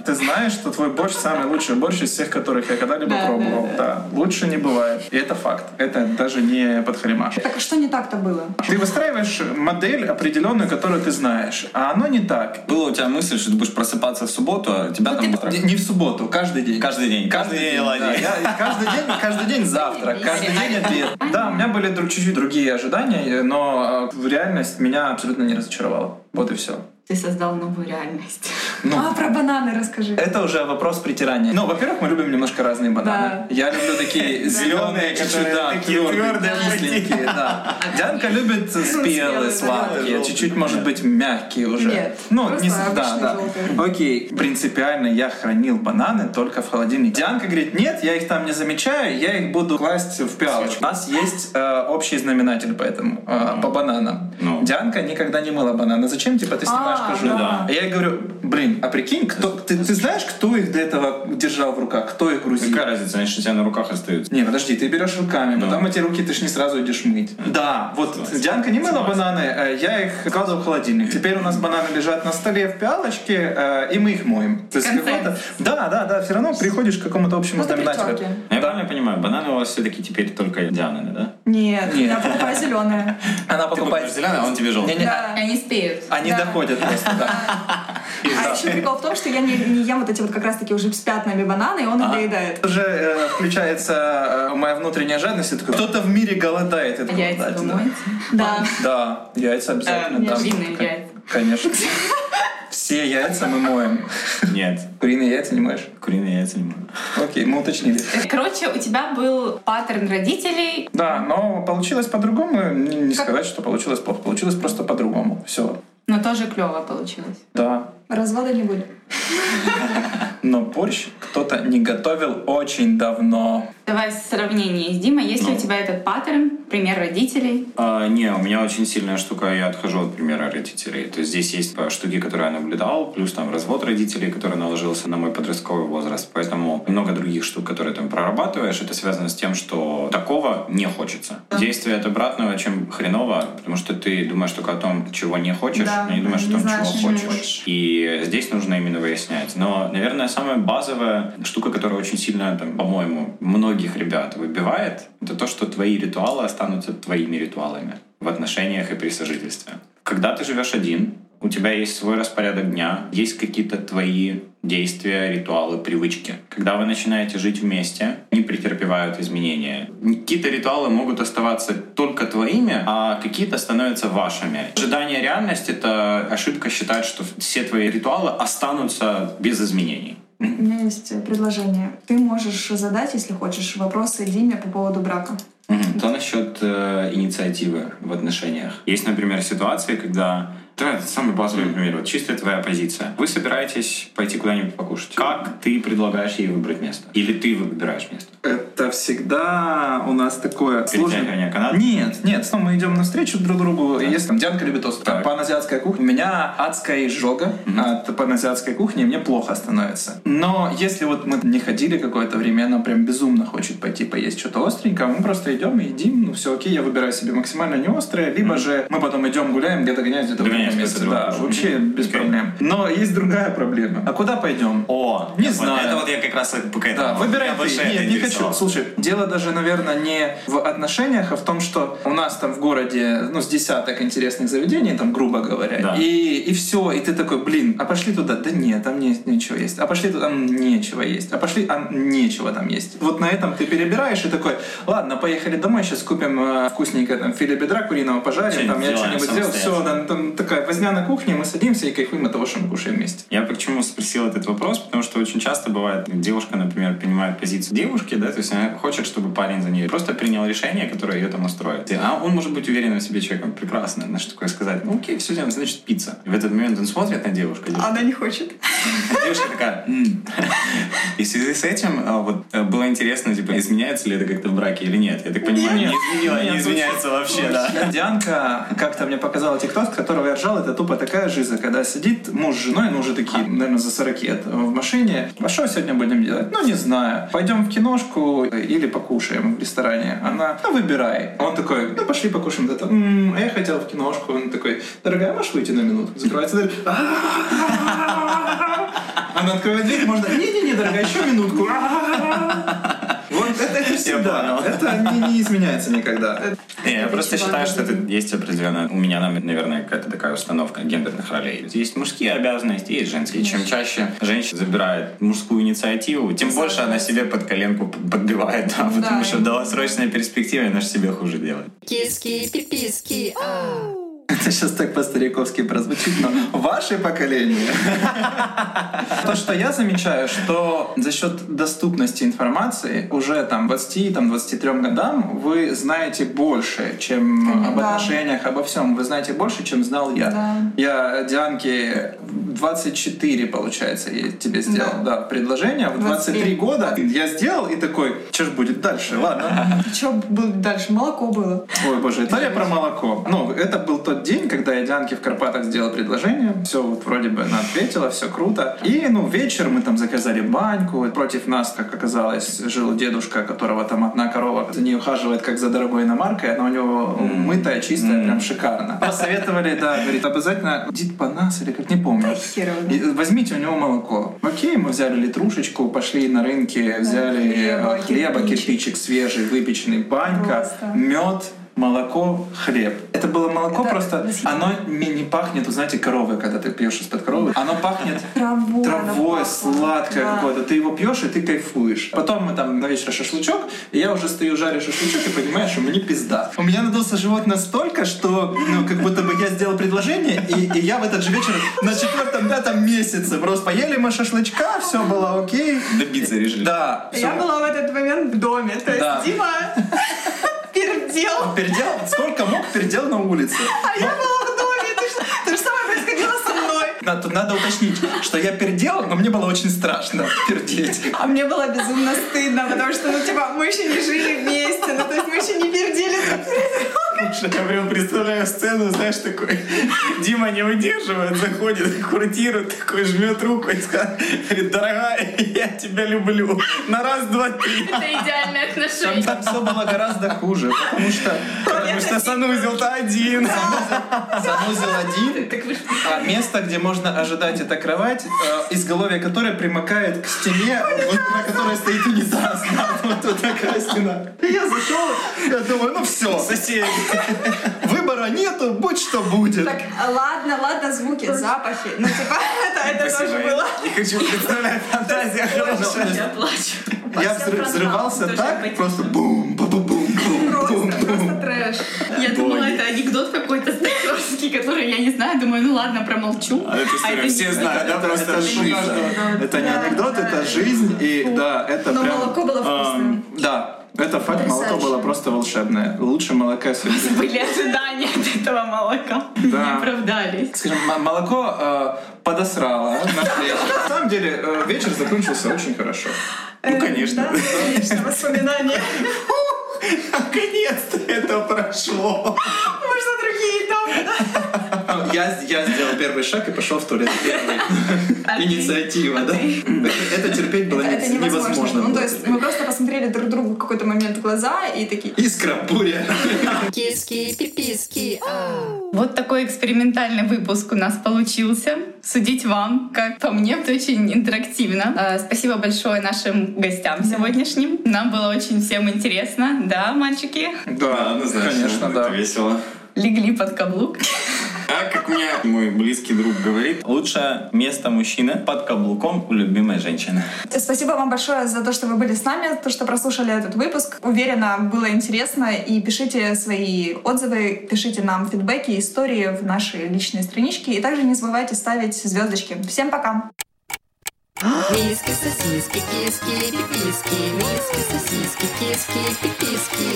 ты знаешь, что твой борщ самый лучший борщ из всех, которых я когда-либо Да, пробовал. да, Да, лучше не бывает. И это факт. Это даже не подхалимаш. Так а что не так-то было? Ты выстраиваешь модель определенную, которую ты знаешь, а оно не так. Была у тебя мысль, что ты будешь просыпаться в субботу, а тебя там... Не, не в субботу, каждый день. Каждый день. Каждый день да, ладно. я- каждый день, каждый день завтрак, каждый день обед. Да, у меня были друг- чуть-чуть другие ожидания, но э, реальность меня абсолютно не разочаровала. Вот и все. Ты создал новую реальность. Ну, А, про бананы расскажи. это уже вопрос притирания. Ну, во-первых, мы любим немножко разные бананы. Да. Я люблю такие зеленые, чуть-чуть, да, такие твердые, твердые, кисленькие, да. Дианка любит спелые, спелые, сладкие, желтые. чуть-чуть, может быть, мягкие уже. Нет, ну, просто не с- да, обычные да. желтые. Окей, принципиально я хранил бананы только в холодильнике. Дианка говорит, нет, я их там не замечаю, я их буду класть в пиалочку. У нас есть э, общий знаменатель по этому, э, по бананам. Ну. Дианка никогда не мыла бананы. Зачем, типа, ты снимаешь А, кожур? да. А я ей говорю, блин, а прикинь, кто, ты, ты знаешь, кто их до этого держал в руках? Кто их грузил? Какая разница, они же у тебя на руках остаются. Не, подожди, ты берешь руками, Ну. потом эти руки ты ж не сразу идешь мыть. Да, вот Дианка не мыла бананы, э, я их складывал в холодильник. Теперь у нас бананы лежат на столе в пиалочке, э, и мы их моем. То есть Концепт. какой-то- Да, да, да, все равно приходишь к какому-то общему Просто знаменателю. причёмки. Я правильно понимаю, бананы у вас все-таки теперь только Дианы, да? Нет, Нет. я покупаю зеленые. Она Ты покупает покупаешь зеленый, а он тебе желтый. Не-не, Да. Они спеют. Они Да. доходят просто, да. А еще прикол в том, что я не, не ем вот эти вот как раз-таки уже с пятнами бананы, и он их доедает. Уже э, включается э, моя внутренняя жадность, и такой, кто-то в мире голодает. Я А такой, яйца да, вы да. моете? Да. Да, яйца обязательно. Э, там. куриные яйца. Конечно. Все яйца мы моем. Нет, Куриные яйца не моешь? куриные яйца не могу. Окей, мы уточнили. Короче, у тебя был паттерн родителей. Да, но получилось по-другому. Не, не сказать, что получилось плохо. Получилось просто по-другому. Все. Но тоже клево получилось. Да. Развода не будет. Но борщ кто-то не готовил очень давно. Давай сравнение с Димой. Есть ли Ну. у тебя этот паттерн, пример родителей? А, не, у меня очень сильная штука, я отхожу от примера родителей. То есть здесь есть а, штуки, которые я наблюдал, плюс там развод родителей, который наложился на мой подростковый возраст. Поэтому много других штук, которые там прорабатываешь, это связано с тем, что такого не хочется. Действие от обратного, чем хреново, потому что ты думаешь только о том, чего не хочешь, Да, а не думаешь не о том, знаешь, чего чего не хочешь. хочешь. И здесь нужно именно выяснять. Но, наверное, самая базовая штука, которая очень сильно, там, по-моему, многих ребят выбивает, это то, что твои ритуалы останутся твоими ритуалами в отношениях и при сожительстве. Когда ты живешь один, у тебя есть свой распорядок дня, есть какие-то твои действия, ритуалы, привычки. Когда вы начинаете жить вместе, не претерпевают изменения. Какие-то ритуалы могут оставаться только твоими, а какие-то становятся вашими. Ожидание реальности — это ошибка считать, что все твои ритуалы останутся без изменений. У меня есть предложение. Ты можешь задать, если хочешь, вопросы Диме по поводу брака. Мгм. То насчет э, инициативы в отношениях. Есть, например, ситуации, когда... Да, это самый базовый пример. Вот чистая твоя позиция. Вы собираетесь пойти куда-нибудь покушать. Как ты предлагаешь ей выбрать место? Или ты выбираешь место? Это всегда у нас такое Перетягивание сложное. каната? Нет, нет, ну, мы идем навстречу друг другу. Если там Дианка любит остров, Так. паназиатская кухня, у меня адская изжога от паназиатской кухни, мне плохо становится. Но если вот мы не ходили какое-то время, она прям безумно хочет пойти поесть что-то остренькое, мы просто идем и едим, ну все окей, я выбираю себе максимально не острое, либо же мы потом идем гуляем, где-то гоняем, где-то в Догоняешь другом месте. где-то Да, другое. вообще без Окей. проблем. Но есть другая проблема. А куда пойдем? О, Не вот знаю. Это вот я как раз к этому. Да, выбирай Я ты. больше это Нет, не хочу. интересовало. Слушай, дело даже, наверное, не в отношениях, а в том, что у нас там в городе, ну, с десяток интересных заведений, там, грубо говоря, Да. и, и все, и ты такой, блин, а пошли туда? Да нет, там не, ничего есть. А пошли туда? Там нечего есть. А пошли? А нечего там есть. Вот на этом ты перебираешь и такой, ладно, поехали домой, сейчас купим э, вкусненькое там филе бедра куриного, пожарим, Что-нибудь там я сделаем что-нибудь сделаю. Все, самостоятельно. там, там такая возня на кухне, мы садимся и кайфуем от того, что мы кушаем вместе. Я почему спросил этот вопрос, потому что очень часто бывает, девушка, например, принимает позицию девушки, да, то есть она хочет, чтобы парень за нее просто принял решение, которое ее там устроит. А он может быть уверенным в себе человеком, прекрасно, знаешь, такое сказать, ну окей, все, значит, пицца. И в этот момент он смотрит на девушку, и Она не хочет. девушка такая, «М». И в связи с этим а, вот э, было интересно, типа, изменяется ли это как-то в браке или нет. Я так понимаю, не изменила, не изменяется вообще, да. Дианка как-то мне показала тикток, с которого я ржал, это тупо такая жиза, когда сидит муж с женой, ну уже такие, наверное, за сорок лет в машине. А что сегодня будем делать? Ну, не знаю. Пойдем в киношку или покушаем в ресторане. Она, ну, выбирай. Он такой, ну, пошли покушаем. Это, «М, а я хотел в киношку. Он такой, дорогая, можешь выйти на минуту? Закрывается дверь. Она открывает дверь, можно... Не-не-не, дорогая, еще минутку. Вот это, это всегда. Это не, не изменяется никогда. Не, я просто считаю, что это есть определенная... У меня, наверное, какая-то такая установка гендерных ролей. Есть мужские обязанности, есть женские. Чем чаще женщина забирает мужскую инициативу, тем больше она себе под коленку подбивает. Да, потому да, что в долгосрочной перспективе она же себе хуже делает. Киски, пиписки, ау. Это сейчас так по-стариковски прозвучит, но ваше поколение. То, что я замечаю, что за счет доступности информации уже там двадцати-двадцати трём годам вы знаете больше, чем об отношениях, обо всем. Вы знаете больше, чем знал я. Да. Я Дианке двадцать четыре, получается, я тебе сделал да. Да, предложение. В двадцать три года я сделал и такой, что ж будет дальше? Ладно. Что будет дальше? Молоко было. Ой, боже, это я про молоко. Ну, это был тот день, когда я Дианке в Карпатах сделал предложение. Все вот вроде бы она ответила, все круто. И, ну, вечер мы там заказали баньку. Против нас, как оказалось, жил дедушка, которого там одна корова за ней ухаживает, как за дорогой иномаркой. Она у него mm. мытая, чистая, mm. прям шикарно. Посоветовали, да, говорит, обязательно дит по нас или как, не помню. И возьмите у него молоко. Окей, мы взяли литрушечку, пошли на рынке, взяли хлеба, хлеба кирпичик. кирпичик свежий, выпеченный, банька, мед, молоко, хлеб. Это было молоко, это просто... Оно не, не пахнет, вы знаете, коровой, когда ты пьешь из-под коровы. Оно пахнет травой, травой сладкое да. какое-то. Ты его пьешь, и ты кайфуешь. Потом мы там на вечер шашлычок, и я уже стою, жарю шашлычок, и понимаю, что мне пизда. У меня надулся живот настолько, что ну, как будто бы я сделал предложение, и, и я в этот же вечер на четвертом-пятом месяце просто поели мы шашлычка, все было окей. Добиться решили. Да. Я была в этот момент в доме. То есть да. Дима... пердел. Он пердел? Сколько мог, пердел на улице. А но... я была в доме. То, что, то же самое происходило со мной. Надо, тут надо уточнить, что я пердел, но мне было очень страшно пердеть. А мне было безумно стыдно, потому что, ну, типа, мы еще не жили вместе, ну, то есть мы еще не пердели друг друга. Я прям представляю сцену, знаешь, такой Дима не выдерживает, заходит в квартиру, такой жмет руку и говорит, дорогая, я тебя люблю. На раз, два, три. Это идеальное отношение. Там, там все было гораздо хуже, потому что... Потому что санузел-то один. Санузел один, а место, где можно ожидать, это кровать, изголовье которой примыкает к стене, вот, на которой стоит унитаз. Вот, вот такая стена. Я зашел, я думаю, ну все, соседи. Выбора нету, будь что будет. Так, ладно, ладно, звуки, запахи. Ну, типа, это, это тоже было. Не хочу представлять, фантазия хорошая. Я плачу. Я взрыв, взрывался так, просто бум, бум, бум, бум, бум, просто, просто трэш. Я думала, это анекдот какой-то старый, который я не знаю, думаю, ну ладно, промолчу. А эту историю все знают, да, просто жизнь. Это не анекдот, это жизнь, и да, это прям... Но молоко было вкусным. Да. Это факт, молоко было просто волшебное. Лучше молока с людьми. Были ожидания от этого молока. Да. Не оправдались. Скажем, молоко э, подосрало на встрече. На самом деле, э, вечер закончился очень хорошо. Ну, конечно. Да, конечно, воспоминания. Наконец-то это прошло. Можно другие там. Я, я сделал первый шаг и пошел в туалет первый. Инициатива, да? Это терпеть было это невозможно. Ну, то есть мы просто посмотрели друг другу в какой-то момент в глаза и такие... Искра, буря. Киски, пиписки, ау. Вот такой экспериментальный выпуск у нас получился. Судить вам, как по мне, это очень интерактивно. Спасибо большое нашим гостям сегодняшним. Нам было очень всем интересно. Да, мальчики? Да, конечно, да. Это весело. Легли под каблук. А как мне мой близкий друг говорит, лучшее место мужчины под каблуком у любимой женщины. Спасибо вам большое за то, что вы были с нами, за то, что прослушали этот выпуск. Уверена, было интересно. И пишите свои отзывы, пишите нам фидбэки, истории в наши личные странички. И также не забывайте ставить звездочки. Всем пока! Миски, сосиски, киски, пиписки. Миски, сосиски, киски, пиписки.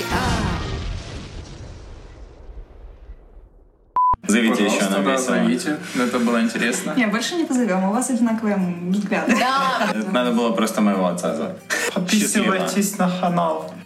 Зовите еще на весело. Зовите. Это было интересно. Не, больше не позовем. У вас одинаковые взгляды. Да. Надо было просто моего отца звать. Подписывайтесь на канал.